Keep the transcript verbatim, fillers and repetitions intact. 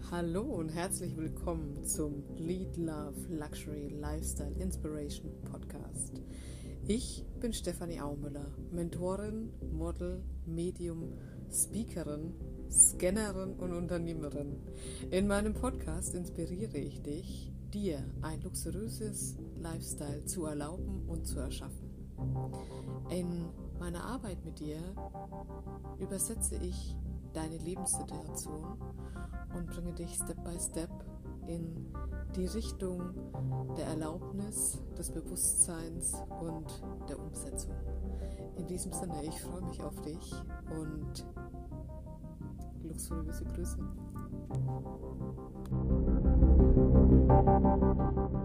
Hallo und herzlich willkommen zum Lead Love Luxury Lifestyle Inspiration Podcast. Ich bin Stefanie Aumüller, Mentorin, Model, Medium, Speakerin, Scannerin und Unternehmerin. In meinem Podcast inspiriere ich dich, dir ein luxuriöses Lifestyle zu erlauben und zu erschaffen. In meiner Arbeit mit dir übersetze ich deine Lebenssituation und bringe dich Step by Step in die Richtung der Erlaubnis, des Bewusstseins und der Umsetzung. In diesem Sinne, ich freue mich auf dich und luxuriöse Grüße.